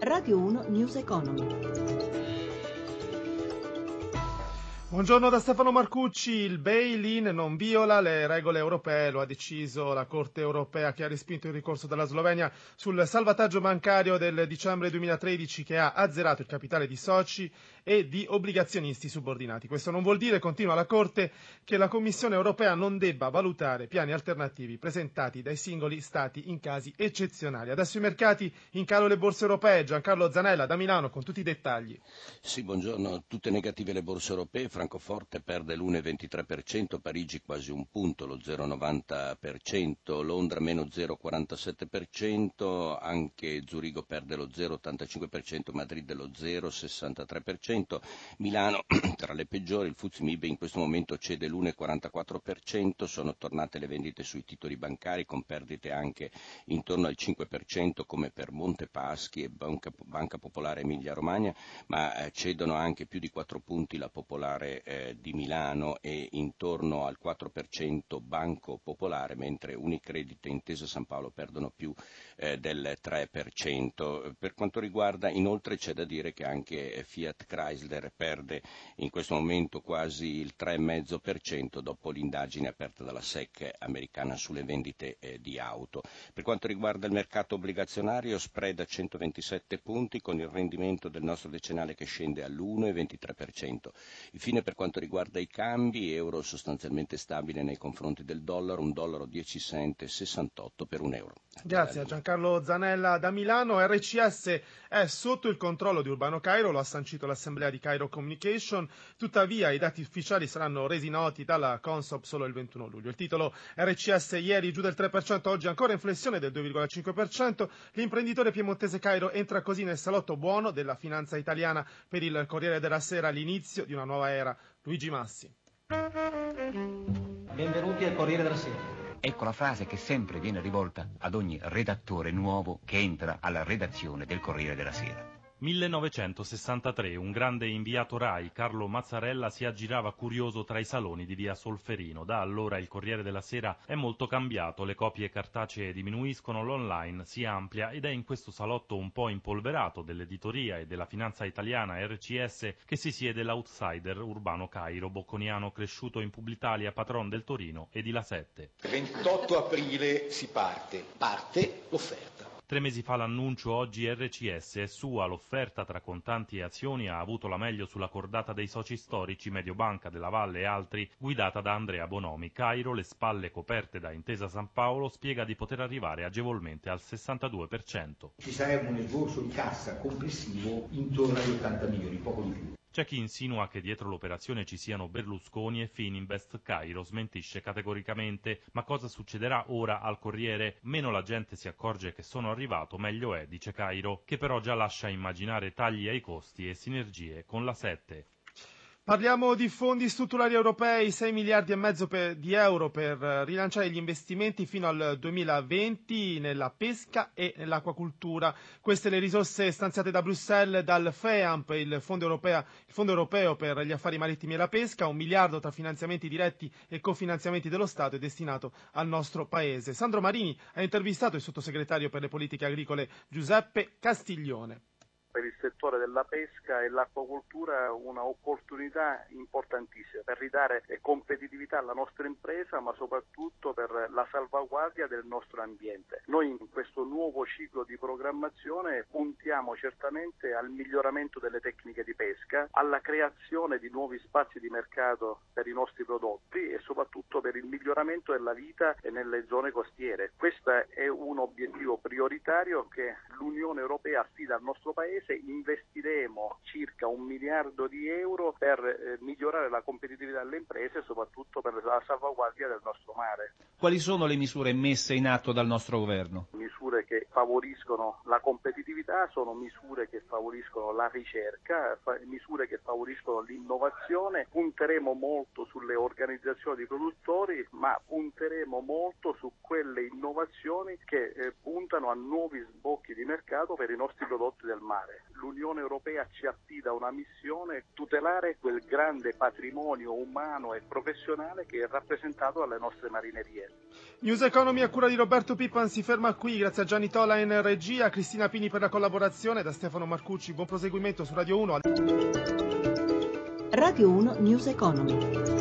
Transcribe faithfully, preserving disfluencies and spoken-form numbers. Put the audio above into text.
Radio uno News Economy. Buongiorno da Stefano Marcucci. Il bail-in non viola le regole europee, lo ha deciso la Corte europea che ha respinto il ricorso della Slovenia sul salvataggio bancario del dicembre duemilatredici che ha azzerato il capitale di soci e di obbligazionisti subordinati. Questo non vuol dire, continua la Corte, che la Commissione europea non debba valutare piani alternativi presentati dai singoli Stati in casi eccezionali. Adesso i mercati, in calo le borse europee. Giancarlo Zanella da Milano con tutti i dettagli. Sì, buongiorno. Tutte negative le borse europee. Francoforte perde l'uno virgola ventitré per cento, Parigi quasi un punto, lo zero virgola novanta per cento, Londra meno zero virgola quarantasette per cento, anche Zurigo perde lo zero virgola ottantacinque per cento, Madrid lo zero virgola sessantatré per cento, Milano tra le peggiori, il F T S E M I B in questo momento cede l'uno virgola quarantaquattro per cento, sono tornate le vendite sui titoli bancari con perdite anche intorno al cinque per cento come per Montepaschi e Banca, Banca Popolare Emilia Romagna, ma eh, cedono anche più di quattro punti la Popolare Eh, di Milano e intorno al quattro per cento Banco Popolare, mentre Unicredit e Intesa San Paolo perdono più eh, del tre per cento. Per quanto riguarda, inoltre c'è da dire che anche Fiat Chrysler perde in questo momento quasi il tre virgola cinque per cento dopo l'indagine aperta dalla S E C americana sulle vendite eh, di auto. Per quanto riguarda il mercato obbligazionario, spread a centoventisette punti con il rendimento del nostro decennale che scende all'uno virgola ventitré per cento. Infine, per quanto riguarda i cambi, euro sostanzialmente stabile nei confronti del dollaro, un dollaro dieci cent sessantotto per un euro. Grazie a Giancarlo Zanella da Milano. R C S è sotto il controllo di Urbano Cairo, lo ha sancito l'assemblea di Cairo Communication, tuttavia i dati ufficiali saranno resi noti dalla Consob solo il ventuno luglio. Il titolo R C S ieri giù del tre per cento, oggi ancora in flessione del due virgola cinque per cento. L'imprenditore piemontese Cairo entra così nel salotto buono della finanza italiana. Per il Corriere della Sera l'inizio di una nuova era. Luigi Massi. Benvenuti al Corriere della Sera. Ecco la frase che sempre viene rivolta ad ogni redattore nuovo che entra alla redazione del Corriere della Sera. millenovecentosessantatré, un grande inviato Rai, Carlo Mazzarella, si aggirava curioso tra i saloni di via Solferino. Da allora il Corriere della Sera è molto cambiato, le copie cartacee diminuiscono, l'online si amplia ed è in questo salotto un po' impolverato dell'editoria e della finanza italiana R C S che si siede l'outsider Urbano Cairo, bocconiano cresciuto in Publitalia, patron del Torino e di La Sette. ventotto aprile si parte, parte l'offerta. Tre mesi fa l'annuncio, oggi R C S è sua, l'offerta tra contanti e azioni ha avuto la meglio sulla cordata dei soci storici, Mediobanca, Della Valle e altri, guidata da Andrea Bonomi. Cairo, le spalle coperte da Intesa San Paolo, spiega di poter arrivare agevolmente al sessantadue per cento. Ci sarebbe un esborso di cassa complessivo intorno agli ottanta milioni, poco di più. C'è chi insinua che dietro l'operazione ci siano Berlusconi e Fininvest. Cairo smentisce categoricamente. Ma cosa succederà ora al Corriere? Meno la gente si accorge che sono arrivato, meglio è, dice Cairo, che però già lascia immaginare tagli ai costi e sinergie con la Sette. Parliamo di fondi strutturali europei, sei miliardi e mezzo per, di euro per rilanciare gli investimenti fino al duemilaventi nella pesca e nell'acquacultura. Queste le risorse stanziate da Bruxelles dal FEAMP, il Fondo, Europea, il Fondo Europeo per gli Affari Marittimi e la Pesca, un miliardo tra finanziamenti diretti e cofinanziamenti dello Stato è destinato al nostro Paese. Sandro Marini ha intervistato il sottosegretario per le politiche agricole Giuseppe Castiglione. Per il settore della pesca e l'acquacoltura una opportunità importantissima per ridare competitività alla nostra impresa, ma soprattutto per la salvaguardia del nostro ambiente. Noi in questo nuovo ciclo di programmazione puntiamo certamente al miglioramento delle tecniche di pesca, alla creazione di nuovi spazi di mercato per i nostri prodotti e soprattutto per il miglioramento della vita nelle zone costiere. Questo è un obiettivo prioritario che l'Unione Europea affida al nostro Paese. Investiremo circa un miliardo di euro per eh, migliorare la competitività delle imprese e soprattutto per la salvaguardia del nostro mare. Quali sono le misure messe in atto dal nostro governo? Misure che favoriscono la competitività, sono misure che favoriscono la ricerca, fa- misure che favoriscono l'innovazione. Punteremo molto sulle organizzazioni di produttori, ma punteremo molto su quelle innovazioni che eh, puntano a nuovi sbocchi di mercato per i nostri prodotti del mare. fare. L'Unione Europea ci affida una missione: tutelare quel grande patrimonio umano e professionale che è rappresentato dalle nostre marinerie. News Economy a cura di Roberto Pippan si ferma qui, grazie a Gianni Tola in regia, a Cristina Pini per la collaborazione, da Stefano Marcucci buon proseguimento su Radio uno. Radio uno News Economy.